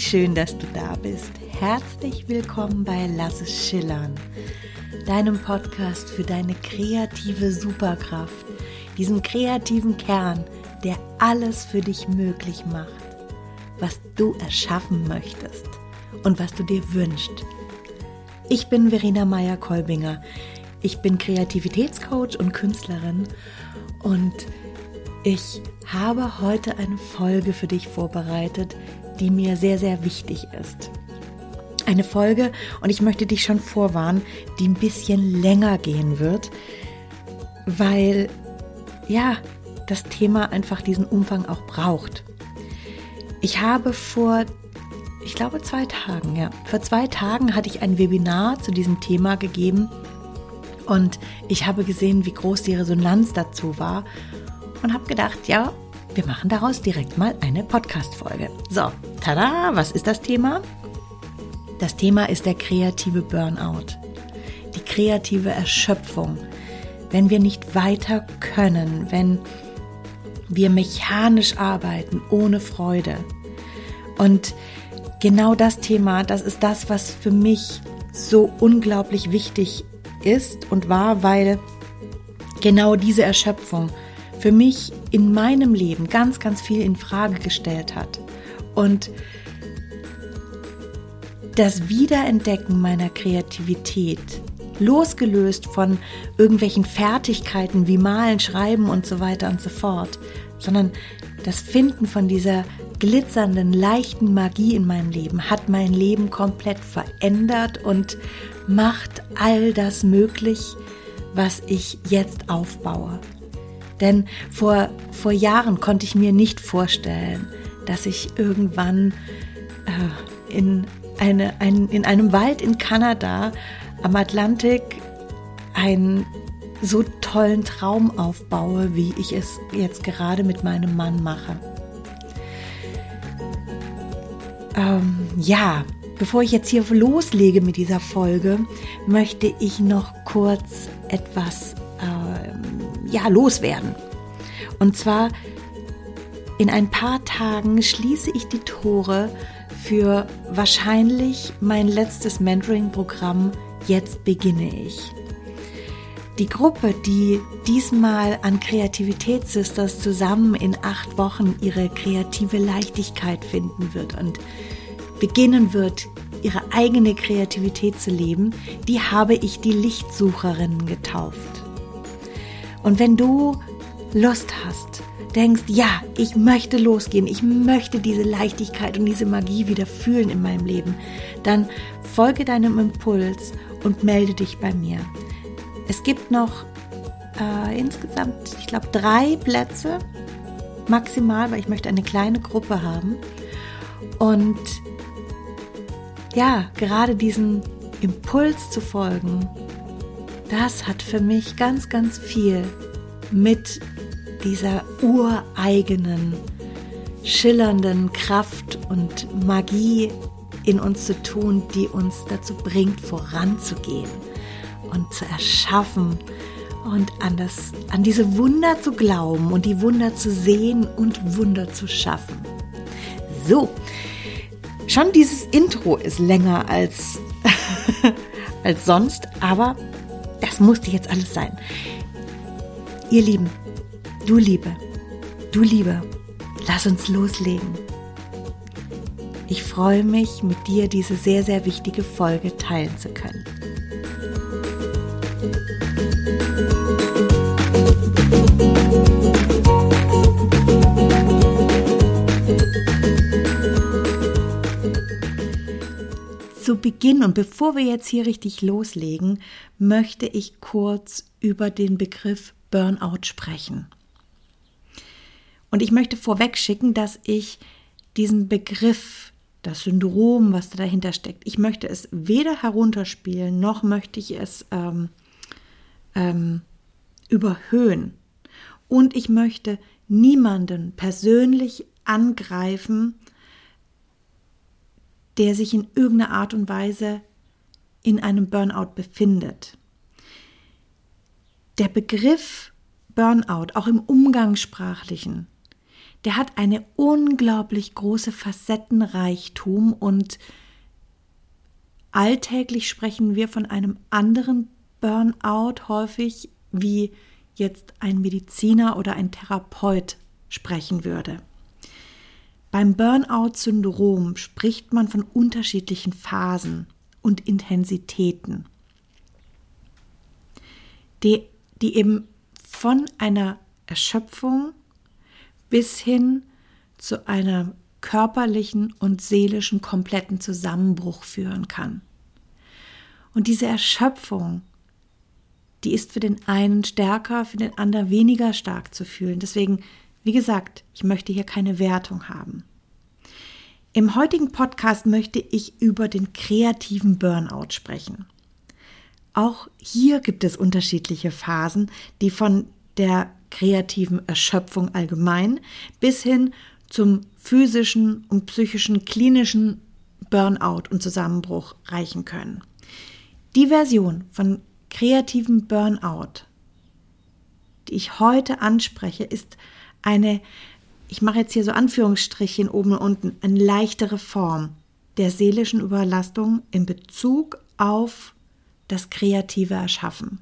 schön, dass du da bist. Herzlich willkommen bei Lass es schillern, deinem Podcast für deine kreative Superkraft, diesem kreativen Kern, der alles für dich möglich macht, was du erschaffen möchtest und was du dir wünschst. Ich bin Verena Meyer-Kolbinger. Ich bin Kreativitätscoach und Künstlerin und ich habe heute eine Folge für dich vorbereitet, die mir sehr, sehr wichtig ist. Eine Folge, und ich möchte dich schon vorwarnen, die ein bisschen länger gehen wird, weil das Thema einfach diesen Umfang auch braucht. Ich habe vor 2 Tagen, vor 2 Tagen hatte ich ein Webinar zu diesem Thema gegeben und ich habe gesehen, wie groß die Resonanz dazu war und habe gedacht, wir machen daraus direkt mal eine Podcast-Folge. So, tada, was ist das Thema? Das Thema ist der kreative Burnout, die kreative Erschöpfung, wenn wir nicht weiter können, wenn wir mechanisch arbeiten, ohne Freude. Und genau das Thema, das ist das, was für mich so unglaublich wichtig ist und war, weil genau diese Erschöpfung für mich in meinem Leben ganz, ganz viel in Frage gestellt hat. Und das Wiederentdecken meiner Kreativität, losgelöst von irgendwelchen Fertigkeiten wie Malen, Schreiben und so weiter und so fort, sondern das Finden von dieser glitzernden, leichten Magie in meinem Leben hat mein Leben komplett verändert und macht all das möglich, was ich jetzt aufbaue. Denn vor Jahren konnte ich mir nicht vorstellen, dass ich irgendwann in einem Wald in Kanada am Atlantik einen so tollen Traum aufbaue, wie ich es jetzt gerade mit meinem Mann mache. Bevor ich jetzt hier loslege mit dieser Folge, möchte ich noch kurz etwas loswerden. Und zwar in ein paar Tagen schließe ich die Tore für wahrscheinlich mein letztes Mentoring-Programm Jetzt beginne ich. Die Gruppe, die diesmal an Kreativitätssisters zusammen in 8 Wochen ihre kreative Leichtigkeit finden wird und beginnen wird, ihre eigene Kreativität zu leben, die habe ich die Lichtsucherinnen getauft. Und wenn du Lust hast, denkst, ich möchte losgehen, ich möchte diese Leichtigkeit und diese Magie wieder fühlen in meinem Leben, dann folge deinem Impuls und melde dich bei mir. Es gibt noch insgesamt, 3 Plätze maximal, weil ich möchte eine kleine Gruppe haben. Und gerade diesem Impuls zu folgen, das hat für mich ganz, ganz viel mit dieser ureigenen, schillernden Kraft und Magie in uns zu tun, die uns dazu bringt, voranzugehen und zu erschaffen und an diese Wunder zu glauben und die Wunder zu sehen und Wunder zu schaffen. So, schon dieses Intro ist länger als sonst, aber das musste jetzt alles sein. Ihr Lieben, du Liebe, lass uns loslegen. Ich freue mich, mit dir diese sehr, sehr wichtige Folge teilen zu können. Zu Beginn und bevor wir jetzt hier richtig loslegen, möchte ich kurz über den Begriff Burnout sprechen. Und ich möchte vorweg schicken, dass ich diesen Begriff, das Syndrom, was da dahinter steckt, ich möchte es weder herunterspielen, noch möchte ich es überhöhen. Und ich möchte niemanden persönlich angreifen, der sich in irgendeiner Art und Weise in einem Burnout befindet. Der Begriff Burnout, auch im Umgangssprachlichen, der hat eine unglaublich große Facettenreichtum und alltäglich sprechen wir von einem anderen Burnout häufig, wie jetzt ein Mediziner oder ein Therapeut sprechen würde. Beim Burnout-Syndrom spricht man von unterschiedlichen Phasen und Intensitäten, die eben von einer Erschöpfung bis hin zu einer körperlichen und seelischen kompletten Zusammenbruch führen kann. Und diese Erschöpfung, die ist für den einen stärker, für den anderen weniger stark zu fühlen. Deswegen, wie gesagt, ich möchte hier keine Wertung haben. Im heutigen Podcast möchte ich über den kreativen Burnout sprechen. Auch hier gibt es unterschiedliche Phasen, die von der kreativen Erschöpfung allgemein bis hin zum physischen und psychischen klinischen Burnout und Zusammenbruch reichen können. Die Version von kreativen Burnout, die ich heute anspreche, ist eine, ich mache jetzt hier so Anführungsstrichen oben und unten, eine leichtere Form der seelischen Überlastung in Bezug auf das kreative Erschaffen.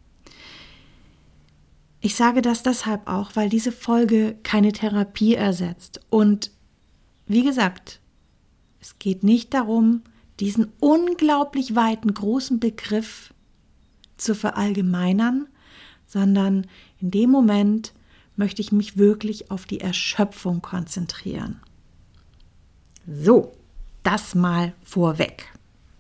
Ich sage das deshalb auch, weil diese Folge keine Therapie ersetzt. Und wie gesagt, es geht nicht darum, diesen unglaublich weiten, großen Begriff zu verallgemeinern, sondern in dem Moment möchte ich mich wirklich auf die Erschöpfung konzentrieren. So, das mal vorweg.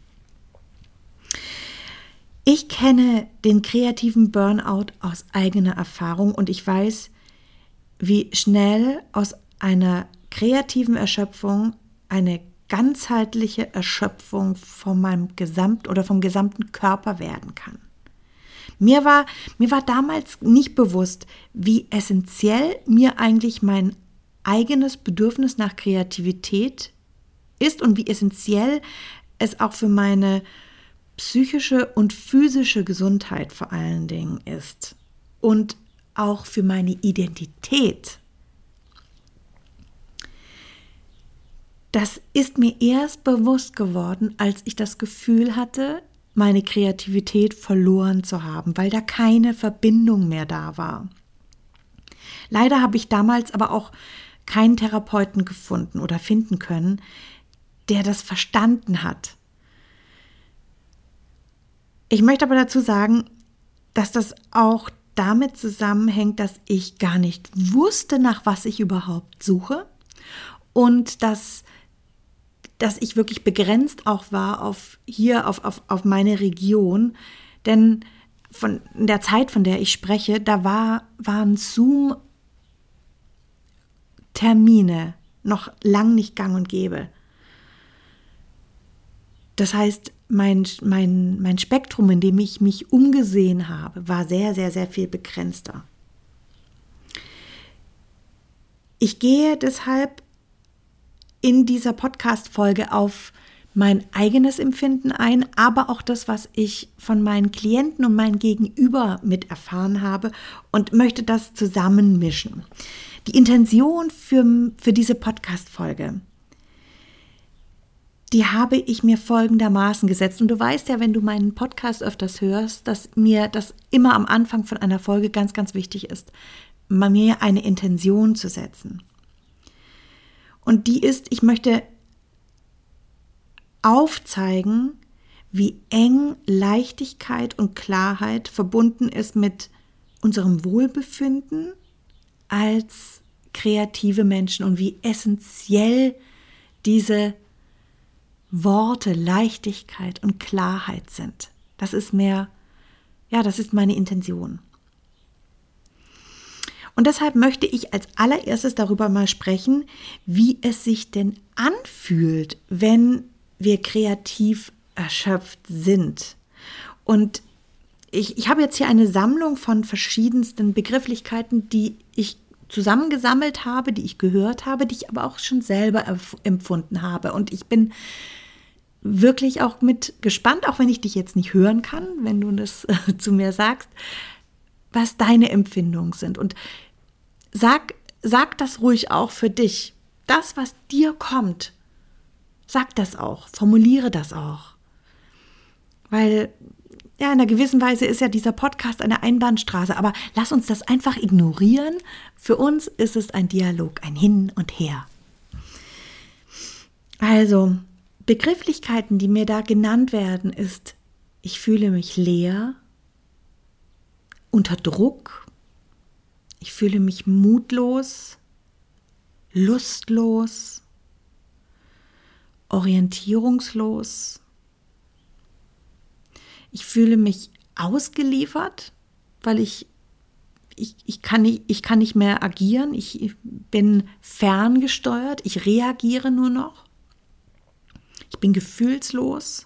Ich kenne den kreativen Burnout aus eigener Erfahrung und ich weiß, wie schnell aus einer kreativen Erschöpfung eine ganzheitliche Erschöpfung von meinem vom gesamten Körper werden kann. Mir war damals nicht bewusst, wie essentiell mir eigentlich mein eigenes Bedürfnis nach Kreativität ist und wie essentiell es auch für meine psychische und physische Gesundheit vor allen Dingen ist und auch für meine Identität. Das ist mir erst bewusst geworden, als ich das Gefühl hatte, meine Kreativität verloren zu haben, weil da keine Verbindung mehr da war. Leider habe ich damals aber auch keinen Therapeuten gefunden oder finden können, der das verstanden hat. Ich möchte aber dazu sagen, dass das auch damit zusammenhängt, dass ich gar nicht wusste, nach was ich überhaupt suche und dass ich wirklich begrenzt auch war auf meine Region, denn von der Zeit, von der ich spreche, da waren Zoom-Termine noch lang nicht gang und gäbe. Das heißt, mein Spektrum, in dem ich mich umgesehen habe, war sehr, sehr, sehr viel begrenzter. Ich gehe deshalb in dieser Podcast-Folge auf mein eigenes Empfinden ein, aber auch das, was ich von meinen Klienten und meinem Gegenüber mit erfahren habe und möchte das zusammenmischen. Die Intention für diese Podcast-Folge, die habe ich mir folgendermaßen gesetzt. Und du weißt ja, wenn du meinen Podcast öfters hörst, dass mir das immer am Anfang von einer Folge ganz, ganz wichtig ist, mir eine Intention zu setzen. Und die ist, ich möchte aufzeigen, wie eng Leichtigkeit und Klarheit verbunden ist mit unserem Wohlbefinden als kreative Menschen und wie essentiell diese Worte Leichtigkeit und Klarheit sind. Das ist meine Intention. Und deshalb möchte ich als allererstes darüber mal sprechen, wie es sich denn anfühlt, wenn wir kreativ erschöpft sind. Und ich habe jetzt hier eine Sammlung von verschiedensten Begrifflichkeiten, die ich zusammengesammelt habe, die ich gehört habe, die ich aber auch schon selber empfunden habe. Und ich bin wirklich auch mit gespannt, auch wenn ich dich jetzt nicht hören kann, wenn du das zu mir sagst, was deine Empfindungen sind. Und sag sag das ruhig auch für dich. Das, was dir kommt, sag das auch, formuliere das auch. Weil ja, in einer gewissen Weise ist ja dieser Podcast eine Einbahnstraße, aber lass uns das einfach ignorieren. Für uns ist es ein Dialog, ein Hin und Her. Also, Begrifflichkeiten, die mir da genannt werden, ist, ich fühle mich leer, unter Druck, ich fühle mich mutlos, lustlos, orientierungslos. Ich fühle mich ausgeliefert, weil ich kann nicht mehr agieren. Ich bin ferngesteuert. Ich reagiere nur noch. Ich bin gefühlslos,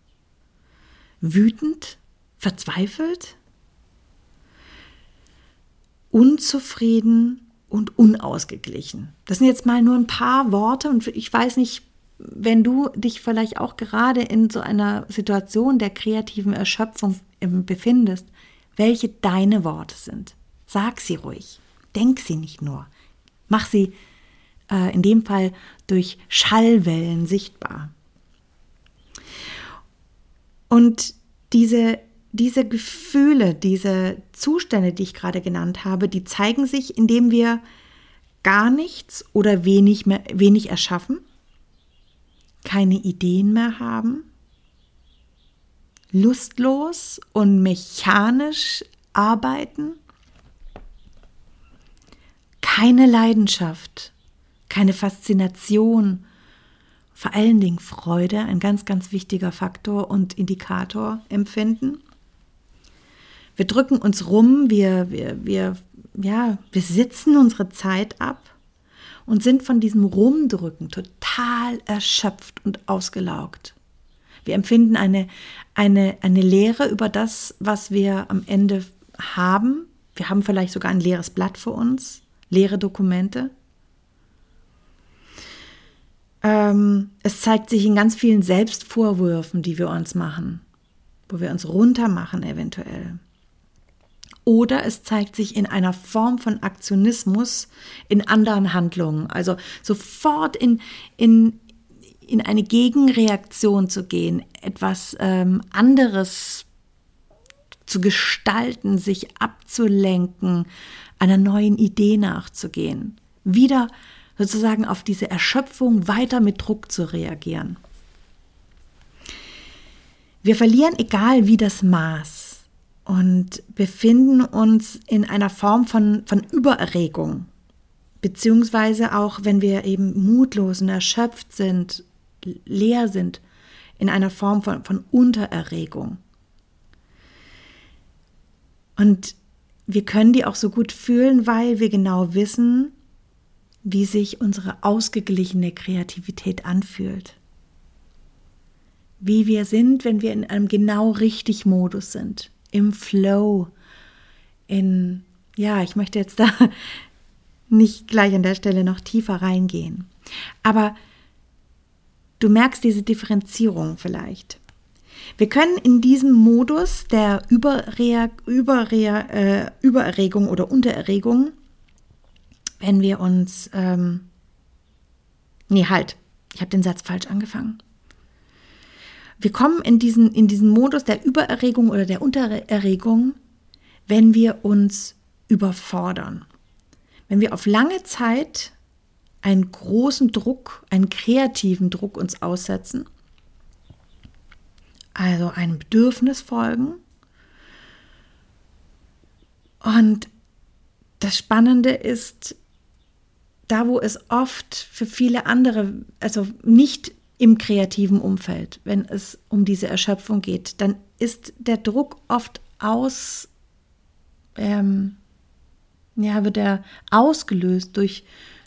wütend, verzweifelt, unzufrieden und unausgeglichen. Das sind jetzt mal nur ein paar Worte und ich weiß nicht, wenn du dich vielleicht auch gerade in so einer Situation der kreativen Erschöpfung befindest, welche deine Worte sind. Sag sie ruhig, denk sie nicht nur. Mach sie in dem Fall durch Schallwellen sichtbar. Und diese Gefühle, diese Zustände, die ich gerade genannt habe, die zeigen sich, indem wir gar nichts oder wenig erschaffen, keine Ideen mehr haben, lustlos und mechanisch arbeiten, keine Leidenschaft, keine Faszination, vor allen Dingen Freude, ein ganz, ganz wichtiger Faktor und Indikator empfinden. Wir drücken uns rum, wir sitzen unsere Zeit ab und sind von diesem Rumdrücken total erschöpft und ausgelaugt. Wir empfinden eine Leere über das, was wir am Ende haben. Wir haben vielleicht sogar ein leeres Blatt vor uns, leere Dokumente. Es zeigt sich in ganz vielen Selbstvorwürfen, die wir uns machen, wo wir uns runtermachen eventuell. Oder es zeigt sich in einer Form von Aktionismus in anderen Handlungen. Also sofort in eine Gegenreaktion zu gehen, etwas anderes zu gestalten, sich abzulenken, einer neuen Idee nachzugehen. Wieder sozusagen auf diese Erschöpfung weiter mit Druck zu reagieren. Wir verlieren, egal wie, das Maß. Und befinden uns in einer Form von Übererregung, beziehungsweise auch, wenn wir eben mutlos und erschöpft sind, leer sind, in einer Form von Untererregung. Und wir können die auch so gut fühlen, weil wir genau wissen, wie sich unsere ausgeglichene Kreativität anfühlt. Wie wir sind, wenn wir in einem genau richtig Modus sind. Im Flow, ich möchte jetzt da nicht gleich an der Stelle noch tiefer reingehen. Aber du merkst diese Differenzierung vielleicht. Wir können in diesem Modus der Übererregung oder Untererregung, wenn wir uns, ich habe den Satz falsch angefangen. Wir kommen in diesen Modus der Übererregung oder der Untererregung, wenn wir uns überfordern. Wenn wir auf lange Zeit einen großen Druck, einen kreativen Druck uns aussetzen, also einem Bedürfnis folgen. Und das Spannende ist, da wo es oft für viele andere, also nicht im kreativen Umfeld, wenn es um diese Erschöpfung geht, dann ist der Druck oft wird er ausgelöst durch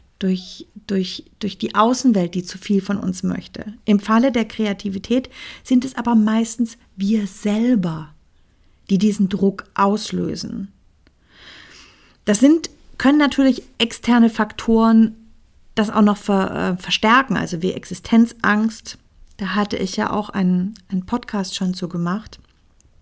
die Außenwelt, die zu viel von uns möchte. Im Falle der Kreativität sind es aber meistens wir selber, die diesen Druck auslösen. Können natürlich externe Faktoren das auch noch verstärken, also wie Existenzangst. Da hatte ich ja auch einen Podcast schon zu gemacht.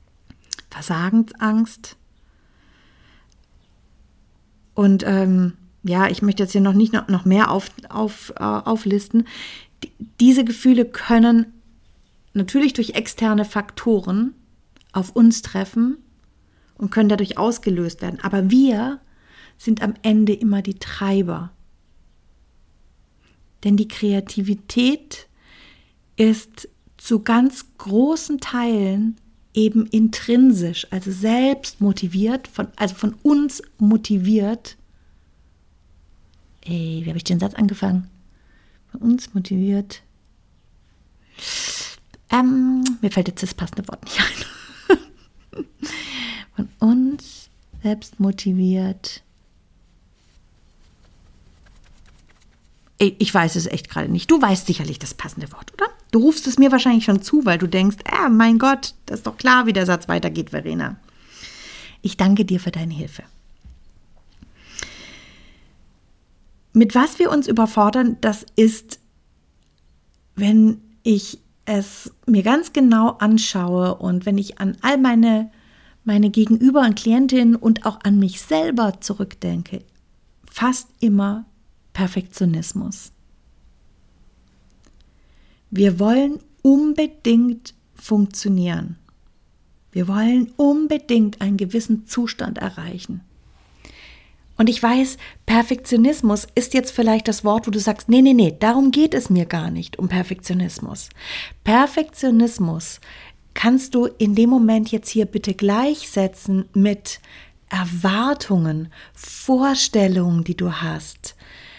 Versagensangst. Und ich möchte jetzt hier noch mehr auflisten. Diese Gefühle können natürlich durch externe Faktoren auf uns treffen und können dadurch ausgelöst werden. Aber wir sind am Ende immer die Treiber. Denn die Kreativität ist zu ganz großen Teilen eben intrinsisch, also selbst motiviert, von uns motiviert. Wie habe ich den Satz angefangen? Von uns motiviert. Mir fällt jetzt das passende Wort nicht ein. Von uns selbst motiviert. Ich weiß es echt gerade nicht. Du weißt sicherlich das passende Wort, oder? Du rufst es mir wahrscheinlich schon zu, weil du denkst, mein Gott, das ist doch klar, wie der Satz weitergeht, Verena. Ich danke dir für deine Hilfe. Mit was wir uns überfordern, das ist, wenn ich es mir ganz genau anschaue und wenn ich an all meine Gegenüber und Klientinnen und auch an mich selber zurückdenke, fast immer Perfektionismus. Wir wollen unbedingt funktionieren. Wir wollen unbedingt einen gewissen Zustand erreichen. Und ich weiß, Perfektionismus ist jetzt vielleicht das Wort, wo du sagst, nee, darum geht es mir gar nicht, um Perfektionismus. Perfektionismus kannst du in dem Moment jetzt hier bitte gleichsetzen mit Erwartungen, Vorstellungen, die du hast,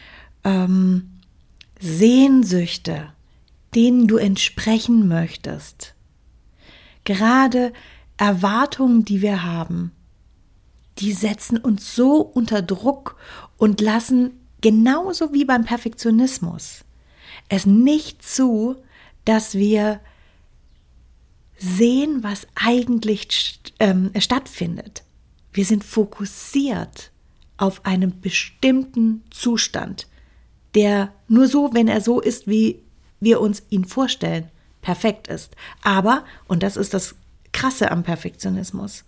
Sehnsüchte, denen du entsprechen möchtest. Gerade Erwartungen, die wir haben, die setzen uns so unter Druck und lassen, genauso wie beim Perfektionismus, es nicht zu, dass wir sehen, was eigentlich stattfindet. Wir sind fokussiert auf einen bestimmten Zustand, der nur so, wenn er so ist, wie wir uns ihn vorstellen, perfekt ist. Aber, und das ist das Krasse am Perfektionismus,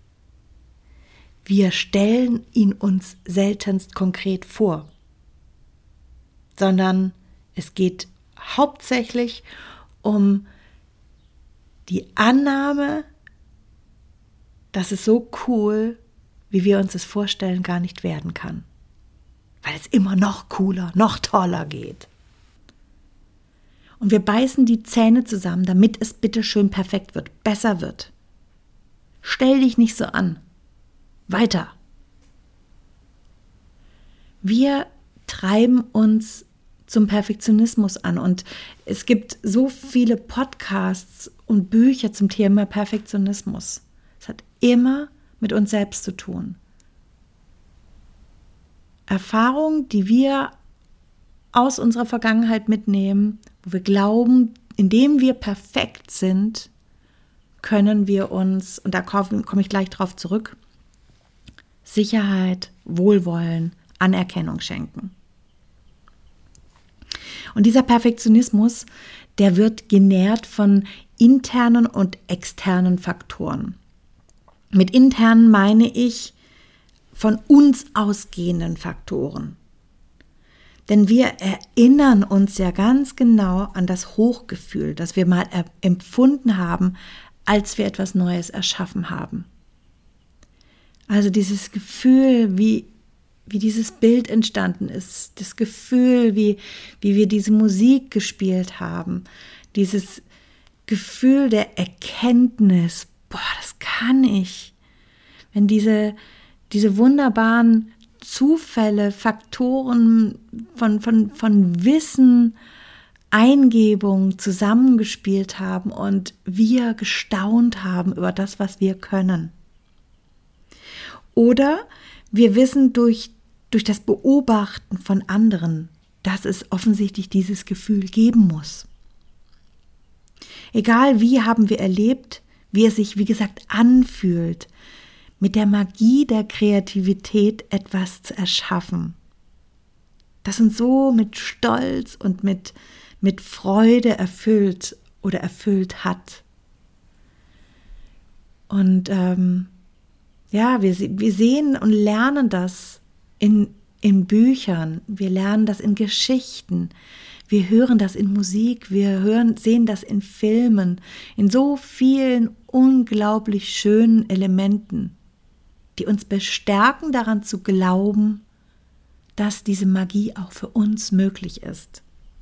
wir stellen ihn uns seltenst konkret vor, sondern es geht hauptsächlich um die Annahme, dass es so cool, wie wir uns es vorstellen, gar nicht werden kann. Weil es immer noch cooler, noch toller geht. Und wir beißen die Zähne zusammen, damit es bitte schön perfekt wird, besser wird. Stell dich nicht so an. Weiter. Wir treiben uns zum Perfektionismus an und es gibt so viele Podcasts und Bücher zum Thema Perfektionismus. Es hat immer mit uns selbst zu tun. Erfahrungen, die wir aus unserer Vergangenheit mitnehmen, wo wir glauben, indem wir perfekt sind, können wir uns, und da komme ich gleich drauf zurück, Sicherheit, Wohlwollen, Anerkennung schenken. Und dieser Perfektionismus, der wird genährt von internen und externen Faktoren. Mit internen meine ich von uns ausgehenden Faktoren. Denn wir erinnern uns ja ganz genau an das Hochgefühl, das wir mal empfunden haben, als wir etwas Neues erschaffen haben. Also dieses Gefühl, wie dieses Bild entstanden ist, das Gefühl, wie wir diese Musik gespielt haben, dieses Gefühl der Erkenntnis, das kann ich. Wenn diese wunderbaren Zufälle, Faktoren von Wissen, Eingebung zusammengespielt haben und wir gestaunt haben über das, was wir können. Oder wir wissen durch das Beobachten von anderen, dass es offensichtlich dieses Gefühl geben muss. Egal wie haben wir erlebt, wie es sich, wie gesagt, anfühlt, mit der Magie der Kreativität etwas zu erschaffen, das uns so mit Stolz und mit Freude erfüllt oder erfüllt hat. Und wir sehen und lernen das in in Büchern, wir lernen das in Geschichten, wir hören das in Musik, sehen das in Filmen, in so vielen unglaublich schönen Elementen, die uns bestärken, daran zu glauben, dass diese Magie auch für uns möglich ist.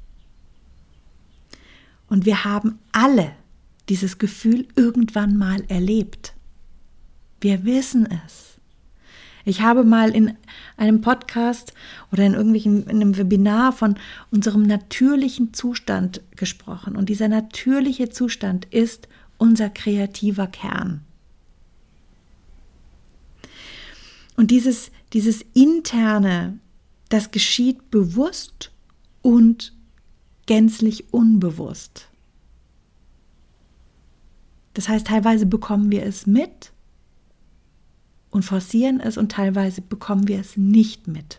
Und wir haben alle dieses Gefühl irgendwann mal erlebt. Wir wissen es. Ich habe mal in einem Podcast oder in einem Webinar von unserem natürlichen Zustand gesprochen. Und dieser natürliche Zustand ist unser kreativer Kern. Und dieses Interne, das geschieht bewusst und gänzlich unbewusst. Das heißt, teilweise bekommen wir es mit und forcieren es und teilweise bekommen wir es nicht mit.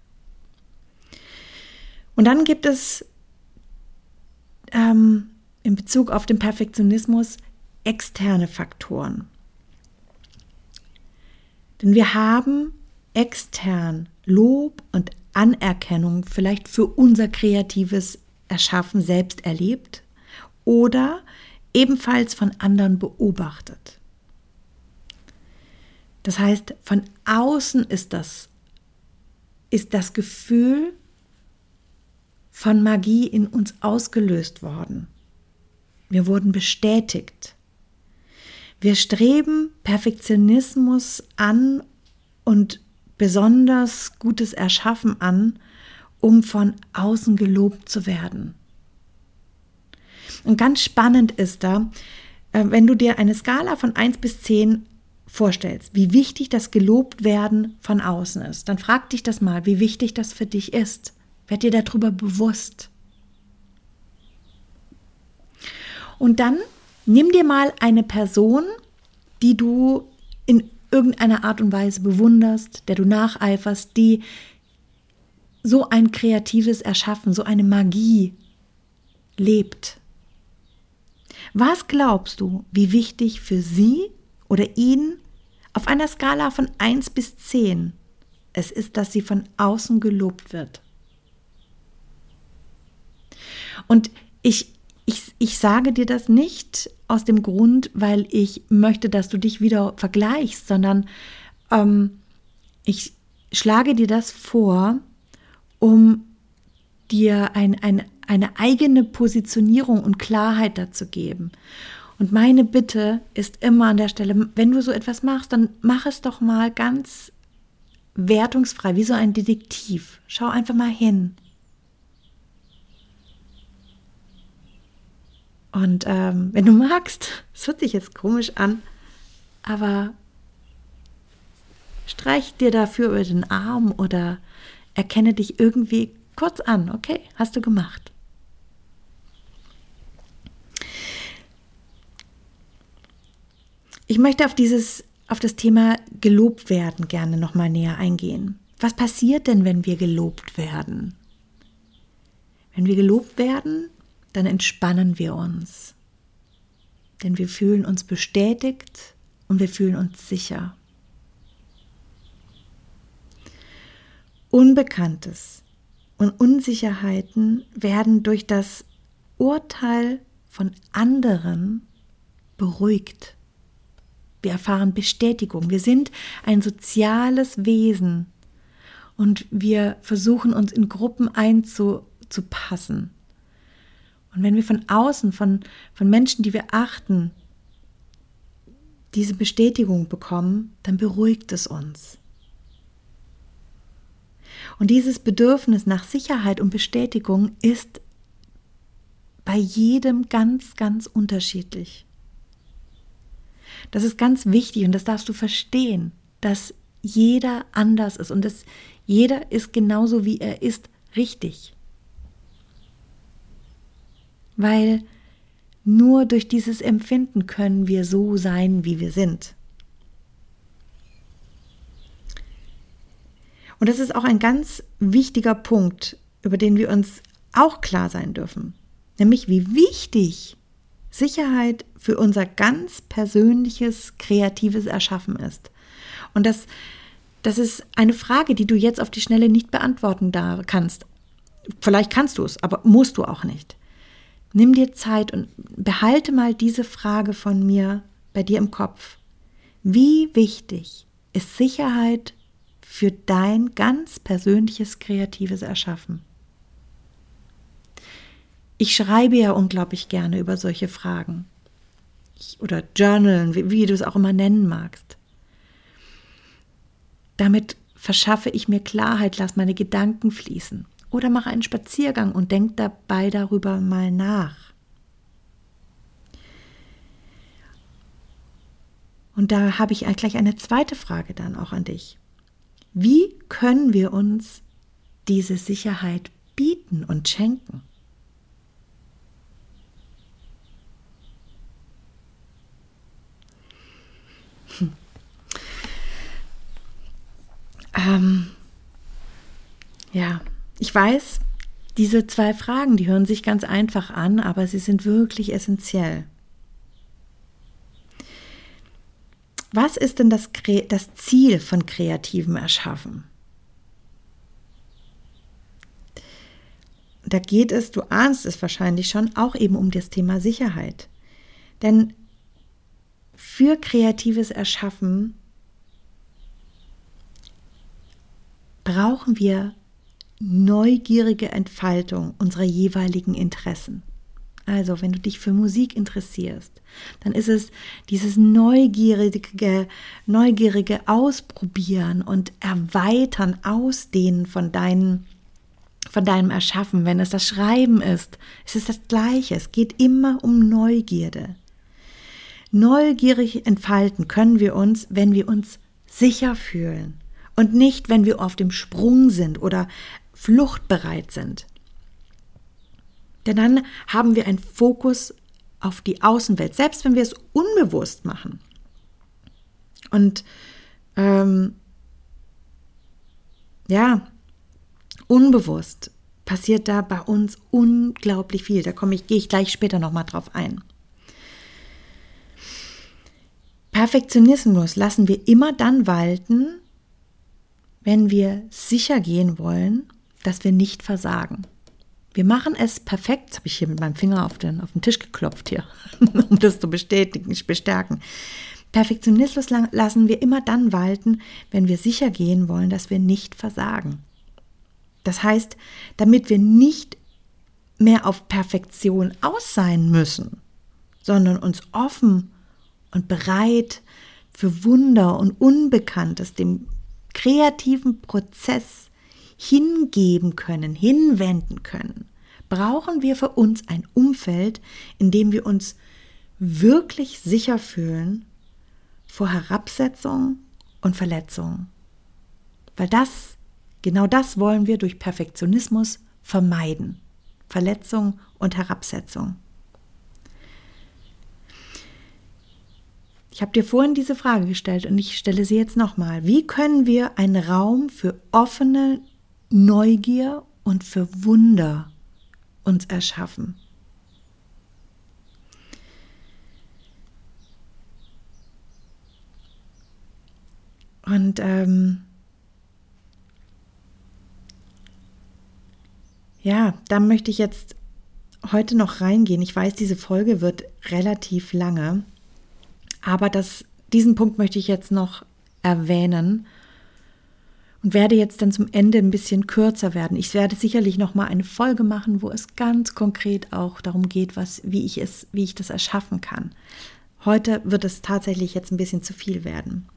Und dann gibt es in Bezug auf den Perfektionismus externe Faktoren. Denn wir haben extern Lob und Anerkennung vielleicht für unser kreatives Erschaffen selbst erlebt oder ebenfalls von anderen beobachtet. Das heißt, von außen ist das Gefühl von Magie in uns ausgelöst worden. Wir wurden bestätigt. Wir streben Perfektionismus an und besonders gutes Erschaffen an, um von außen gelobt zu werden. Und ganz spannend ist da, wenn du dir eine Skala von 1 bis 10 vorstellst, wie wichtig das Gelobtwerden von außen ist, dann frag dich das mal, wie wichtig das für dich ist. Werd dir darüber bewusst. Und dann nimm dir mal eine Person, die du in irgendeiner Art und Weise bewunderst, der du nacheiferst, die so ein kreatives Erschaffen, so eine Magie lebt. Was glaubst du, wie wichtig für sie oder ihn auf einer Skala von 1 bis 10 es ist, dass sie von außen gelobt wird? Und ich sage dir das nicht aus dem Grund, weil ich möchte, dass du dich wieder vergleichst, sondern ich schlage dir das vor, um dir eine eigene Positionierung und Klarheit dazu geben. Und meine Bitte ist immer an der Stelle, wenn du so etwas machst, dann mach es doch mal ganz wertungsfrei, wie so ein Detektiv. Schau einfach mal hin. Und wenn du magst, es hört sich jetzt komisch an, aber streich dir dafür über den Arm oder erkenne dich irgendwie kurz an. Okay, hast du gemacht. Ich möchte auf das Thema gelobt werden gerne nochmal näher eingehen. Was passiert denn, wenn wir gelobt werden? Wenn wir gelobt werden, dann entspannen wir uns. Denn wir fühlen uns bestätigt und wir fühlen uns sicher. Unbekanntes und Unsicherheiten werden durch das Urteil von anderen beruhigt. Wir erfahren Bestätigung. Wir sind ein soziales Wesen und wir versuchen uns in Gruppen einzupassen. Und wenn wir von außen, von Menschen, die wir achten, diese Bestätigung bekommen, dann beruhigt es uns. Und dieses Bedürfnis nach Sicherheit und Bestätigung ist bei jedem ganz, ganz unterschiedlich. Das ist ganz wichtig und das darfst du verstehen, dass jeder anders ist und dass jeder ist genauso wie er ist richtig. Weil nur durch dieses Empfinden können wir so sein, wie wir sind. Und das ist auch ein ganz wichtiger Punkt, über den wir uns auch klar sein dürfen. Nämlich wie wichtig Sicherheit für unser ganz persönliches, kreatives Erschaffen ist. Und das das ist eine Frage, die du jetzt auf die Schnelle nicht beantworten kannst. Vielleicht kannst du es, aber musst du auch nicht. Nimm dir Zeit und behalte mal diese Frage von mir bei dir im Kopf. Wie wichtig ist Sicherheit für dein ganz persönliches kreatives Erschaffen? Ich schreibe ja unglaublich gerne über solche Fragen. Oder journalen, wie du es auch immer nennen magst. Damit verschaffe ich mir Klarheit, lass meine Gedanken fließen. Oder mache einen Spaziergang und denk dabei darüber mal nach. Und da habe ich gleich eine zweite Frage dann auch an dich. Wie können wir uns diese Sicherheit bieten und schenken? Ja, ich weiß, diese 2 Fragen, die hören sich ganz einfach an, aber sie sind wirklich essentiell. Was ist denn das Ziel von kreativem Erschaffen? Da geht es, du ahnst es wahrscheinlich schon, auch eben um das Thema Sicherheit. Denn für kreatives Erschaffen brauchen wir neugierige Entfaltung unserer jeweiligen Interessen. Also, wenn du dich für Musik interessierst, dann ist es dieses neugierige Ausprobieren und Erweitern, Ausdehnen von deinem Erschaffen. Wenn es das Schreiben ist, es ist das Gleiche. Es geht immer um Neugierde. Neugierig entfalten können wir uns, wenn wir uns sicher fühlen und nicht, wenn wir auf dem Sprung sind oder fluchtbereit sind. Denn dann haben wir einen Fokus auf die Außenwelt, selbst wenn wir es unbewusst machen. Und unbewusst passiert da bei uns unglaublich viel. Da gehe ich gleich später nochmal drauf ein. Perfektionismus lassen wir immer dann walten, wenn wir sicher gehen wollen, dass wir nicht versagen. Wir machen es perfekt, das habe ich hier mit meinem Finger auf den Tisch geklopft hier, um das zu bestärken. Perfektionismus lassen wir immer dann walten, wenn wir sicher gehen wollen, dass wir nicht versagen. Das heißt, damit wir nicht mehr auf Perfektion aus sein müssen, sondern uns offen und bereit für Wunder und Unbekanntes, dem kreativen Prozess hingeben können, hinwenden können, brauchen wir für uns ein Umfeld, in dem wir uns wirklich sicher fühlen vor Herabsetzung und Verletzung. Weil genau das wollen wir durch Perfektionismus vermeiden. Verletzung und Herabsetzung. Ich habe dir vorhin diese Frage gestellt und ich stelle sie jetzt nochmal. Wie können wir einen Raum für offene Neugier und für Wunder uns erschaffen? Und da möchte ich jetzt heute noch reingehen. Ich weiß, diese Folge wird relativ lange, aber diesen Punkt möchte ich jetzt noch erwähnen und werde jetzt dann zum Ende ein bisschen kürzer werden. Ich werde sicherlich noch mal eine Folge machen, wo es ganz konkret auch darum geht, wie ich das erschaffen kann. Heute wird es tatsächlich jetzt ein bisschen zu viel werden.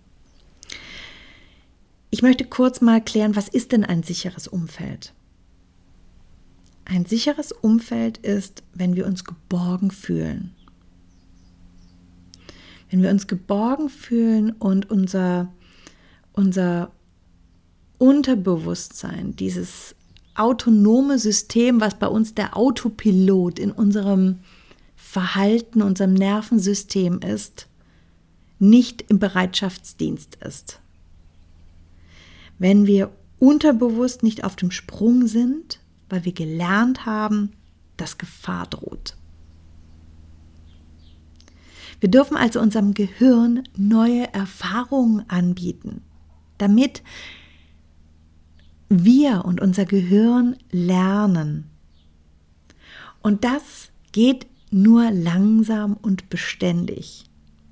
Ich möchte kurz mal klären, was ist denn ein sicheres Umfeld? Ein sicheres Umfeld ist, wenn wir uns geborgen fühlen. Wenn wir uns geborgen fühlen und unser Unterbewusstsein, dieses autonome System, was bei uns der Autopilot in unserem Verhalten, unserem Nervensystem ist, nicht im Bereitschaftsdienst ist. Wenn wir unterbewusst nicht auf dem Sprung sind, weil wir gelernt haben, dass Gefahr droht. Wir dürfen also unserem Gehirn neue Erfahrungen anbieten. damit wir und unser Gehirn lernen. Und das geht nur langsam und beständig.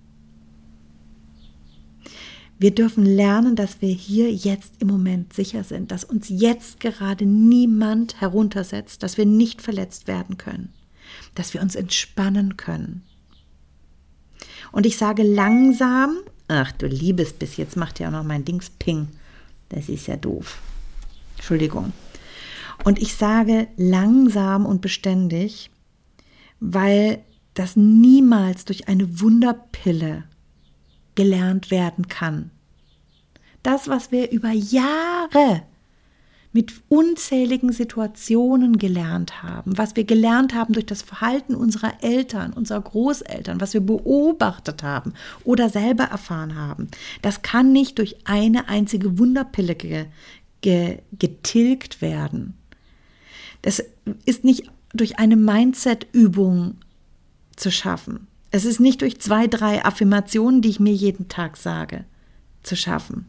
Wir dürfen lernen, dass wir hier jetzt im Moment sicher sind, dass uns jetzt gerade niemand heruntersetzt, dass wir nicht verletzt werden können, dass wir uns entspannen können. Und ich sage langsam, ach du liebes Biss, jetzt macht ja auch noch mein Dings Ping. Das ist ja doof. Entschuldigung. Und ich sage langsam und beständig, weil das niemals durch eine Wunderpille gelernt werden kann. Das, was wir über Jahre mit unzähligen Situationen gelernt haben, was wir gelernt haben durch das Verhalten unserer Eltern, unserer Großeltern, was wir beobachtet haben oder selber erfahren haben, das kann nicht durch eine einzige Wunderpille getilgt werden. Das ist nicht durch eine Mindset-Übung zu schaffen. Es ist nicht durch 2, 3 Affirmationen, die ich mir jeden Tag sage, zu schaffen,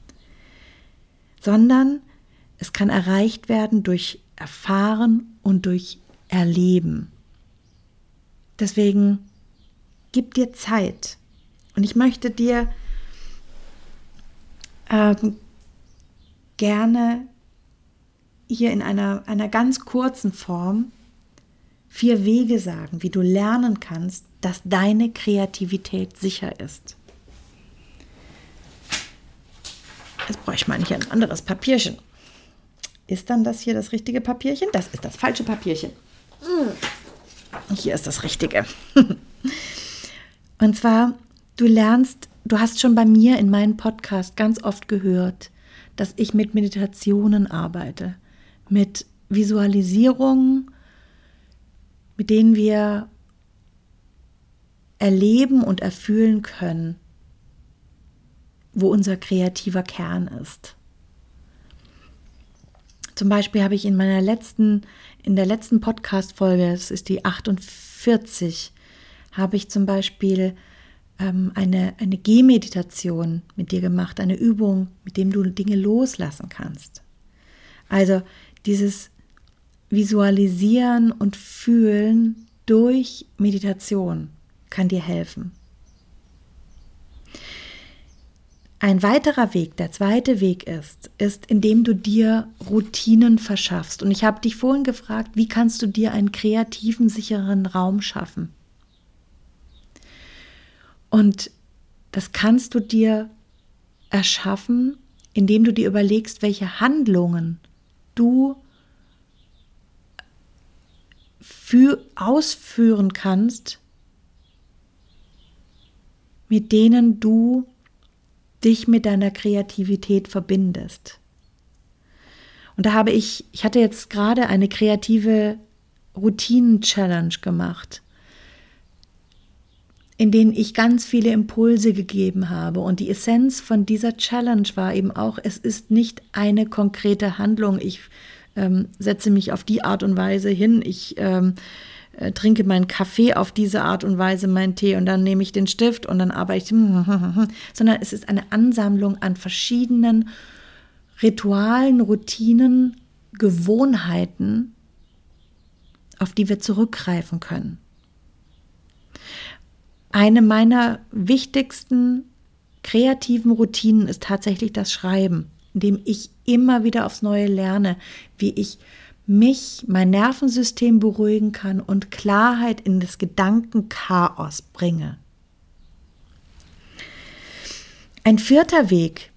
sondern es kann erreicht werden durch Erfahren und durch Erleben. Deswegen gib dir Zeit. Und ich möchte dir gerne hier in einer ganz kurzen Form 4 Wege sagen, wie du lernen kannst, dass deine Kreativität sicher ist. Jetzt bräuchte ich mal nicht ein anderes Papierchen. Ist dann das hier das richtige Papierchen? Das ist das falsche Papierchen. Hier ist das Richtige. Und zwar, du hast schon bei mir in meinem Podcast ganz oft gehört, dass ich mit Meditationen arbeite, mit Visualisierungen, mit denen wir erleben und erfühlen können, wo unser kreativer Kern ist. Zum Beispiel habe ich in der letzten Podcast-Folge, das ist die 48, habe ich zum Beispiel eine Gehmeditation mit dir gemacht, eine Übung, mit dem du Dinge loslassen kannst. Also dieses Visualisieren und Fühlen durch Meditation kann dir helfen. Ein weiterer Weg, der zweite Weg ist, indem du dir Routinen verschaffst. Und ich habe dich vorhin gefragt, wie kannst du dir einen kreativen, sicheren Raum schaffen? Und das kannst du dir erschaffen, indem du dir überlegst, welche Handlungen du ausführen kannst, mit denen du dich mit deiner Kreativität verbindest. Und da ich hatte jetzt gerade eine kreative Routinen-Challenge gemacht, in denen ich ganz viele Impulse gegeben habe. Und die Essenz von dieser Challenge war eben auch, es ist nicht eine konkrete Handlung. Ich setze mich auf die Art und Weise hin, ich trinke meinen Kaffee auf diese Art und Weise, meinen Tee und dann nehme ich den Stift und dann arbeite ich, sondern es ist eine Ansammlung an verschiedenen Ritualen, Routinen, Gewohnheiten, auf die wir zurückgreifen können. Eine meiner wichtigsten kreativen Routinen ist tatsächlich das Schreiben, indem ich immer wieder aufs Neue lerne, wie ich mein Nervensystem beruhigen kann und Klarheit in das Gedankenchaos bringe. Ein 4. Weg,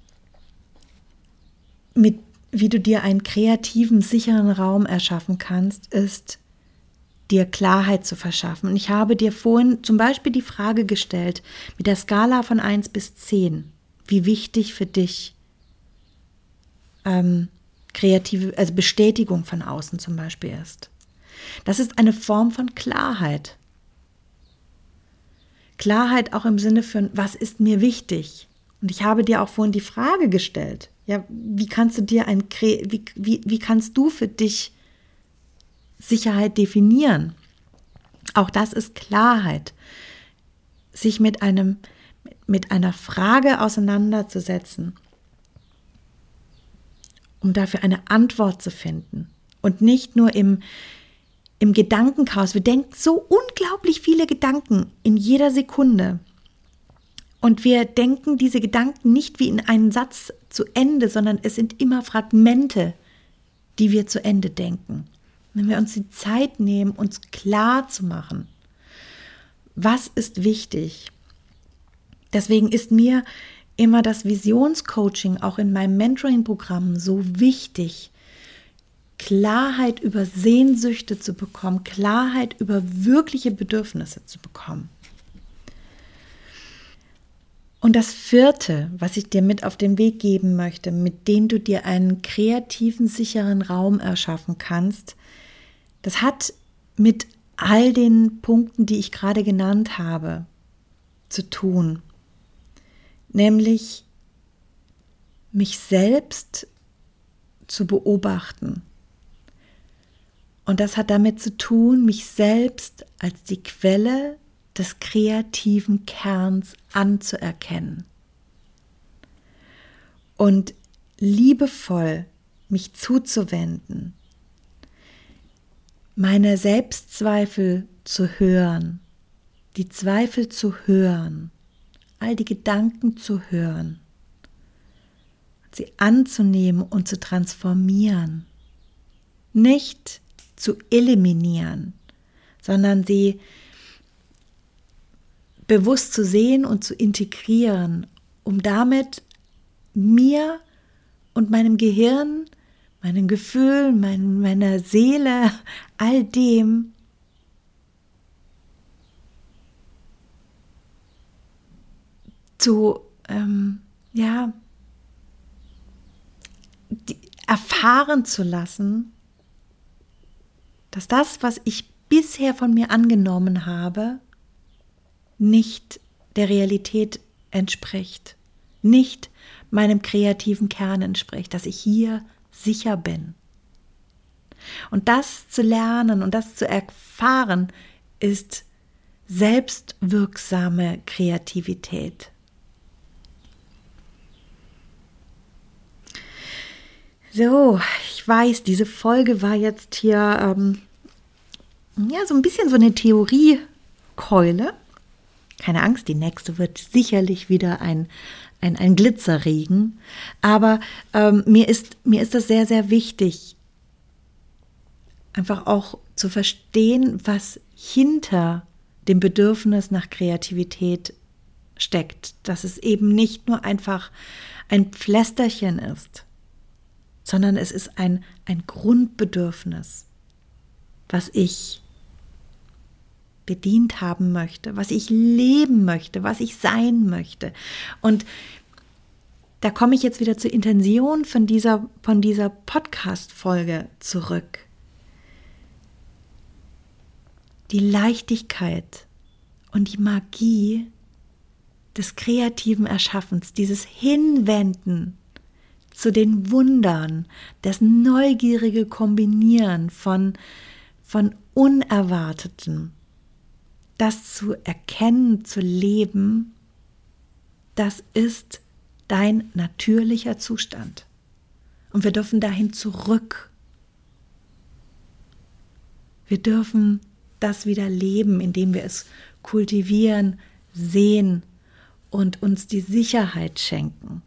wie du dir einen kreativen, sicheren Raum erschaffen kannst, ist, dir Klarheit zu verschaffen. Und ich habe dir vorhin zum Beispiel die Frage gestellt, mit der Skala von 1 bis 10, wie wichtig für dich kreative, also Bestätigung von außen zum Beispiel ist. Das ist eine Form von Klarheit. Klarheit auch im Sinne von, was ist mir wichtig? Und ich habe dir auch vorhin die Frage gestellt, ja, wie kannst du für dich Sicherheit definieren? Auch das ist Klarheit. Sich mit einer Frage auseinanderzusetzen um dafür eine Antwort zu finden. Und nicht nur im Gedankenchaos. Wir denken so unglaublich viele Gedanken in jeder Sekunde. Und wir denken diese Gedanken nicht wie in einen Satz zu Ende, sondern es sind immer Fragmente, die wir zu Ende denken. Wenn wir uns die Zeit nehmen, uns klar zu machen, was ist wichtig? Deswegen ist mir immer das Visionscoaching auch in meinem Mentoring-Programm so wichtig, Klarheit über Sehnsüchte zu bekommen, Klarheit über wirkliche Bedürfnisse zu bekommen. Und das vierte, was ich dir mit auf den Weg geben möchte, mit dem du dir einen kreativen, sicheren Raum erschaffen kannst, das hat mit all den Punkten, die ich gerade genannt habe, zu tun. Nämlich mich selbst zu beobachten. Und das hat damit zu tun, mich selbst als die Quelle des kreativen Kerns anzuerkennen. Und liebevoll mich zuzuwenden, meine Selbstzweifel zu hören, die Zweifel zu hören, all die Gedanken zu hören, sie anzunehmen und zu transformieren, nicht zu eliminieren, sondern sie bewusst zu sehen und zu integrieren, um damit mir und meinem Gehirn, meinen Gefühlen, meiner Seele, all dem zu erfahren zu lassen, dass das, was ich bisher von mir angenommen habe, nicht der Realität entspricht, nicht meinem kreativen Kern entspricht, dass ich hier sicher bin. Und das zu lernen und das zu erfahren, ist selbstwirksame Kreativität. So, ich weiß, diese Folge war jetzt hier so ein bisschen so eine Theoriekeule. Keine Angst, die nächste wird sicherlich wieder ein Glitzerregen. Aber mir ist das sehr, sehr wichtig, einfach auch zu verstehen, was hinter dem Bedürfnis nach Kreativität steckt. Dass es eben nicht nur einfach ein Pflästerchen ist, sondern es ist ein Grundbedürfnis, was ich bedient haben möchte, was ich leben möchte, was ich sein möchte. Und da komme ich jetzt wieder zur Intention von dieser Podcast-Folge zurück. Die Leichtigkeit und die Magie des kreativen Erschaffens, dieses Hinwenden zu den Wundern, das neugierige Kombinieren von Unerwartetem, das zu erkennen, zu leben, das ist dein natürlicher Zustand. Und wir dürfen dahin zurück. Wir dürfen das wieder leben, indem wir es kultivieren, sehen und uns die Sicherheit schenken.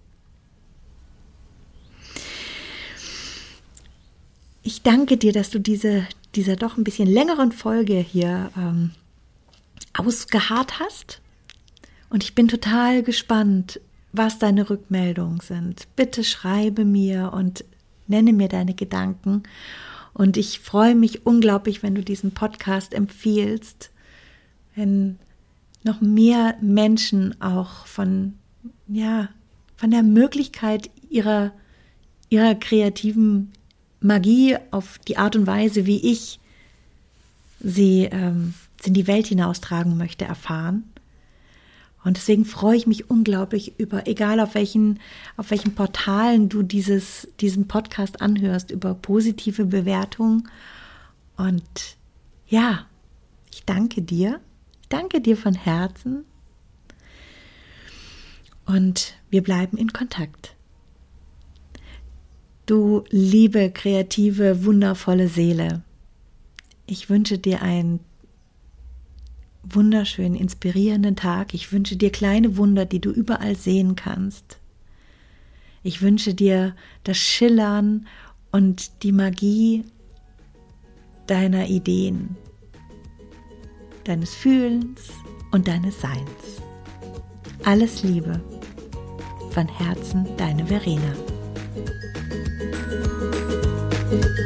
Ich danke dir, dass du dieser doch ein bisschen längeren Folge hier ausgeharrt hast. Und ich bin total gespannt, was deine Rückmeldungen sind. Bitte schreibe mir und nenne mir deine Gedanken. Und ich freue mich unglaublich, wenn du diesen Podcast empfiehlst, wenn noch mehr Menschen auch von der Möglichkeit ihrer kreativen Magie auf die Art und Weise, wie ich sie in die Welt hinaustragen möchte, erfahren. Und deswegen freue ich mich unglaublich über, egal auf welchen Portalen du diesen Podcast anhörst, über positive Bewertungen. Und ja, ich danke dir. Ich danke dir von Herzen. Und wir bleiben in Kontakt. Du liebe, kreative, wundervolle Seele, ich wünsche dir einen wunderschönen, inspirierenden Tag. Ich wünsche dir kleine Wunder, die du überall sehen kannst. Ich wünsche dir das Schillern und die Magie deiner Ideen, deines Fühlens und deines Seins. Alles Liebe. Von Herzen, deine Verena.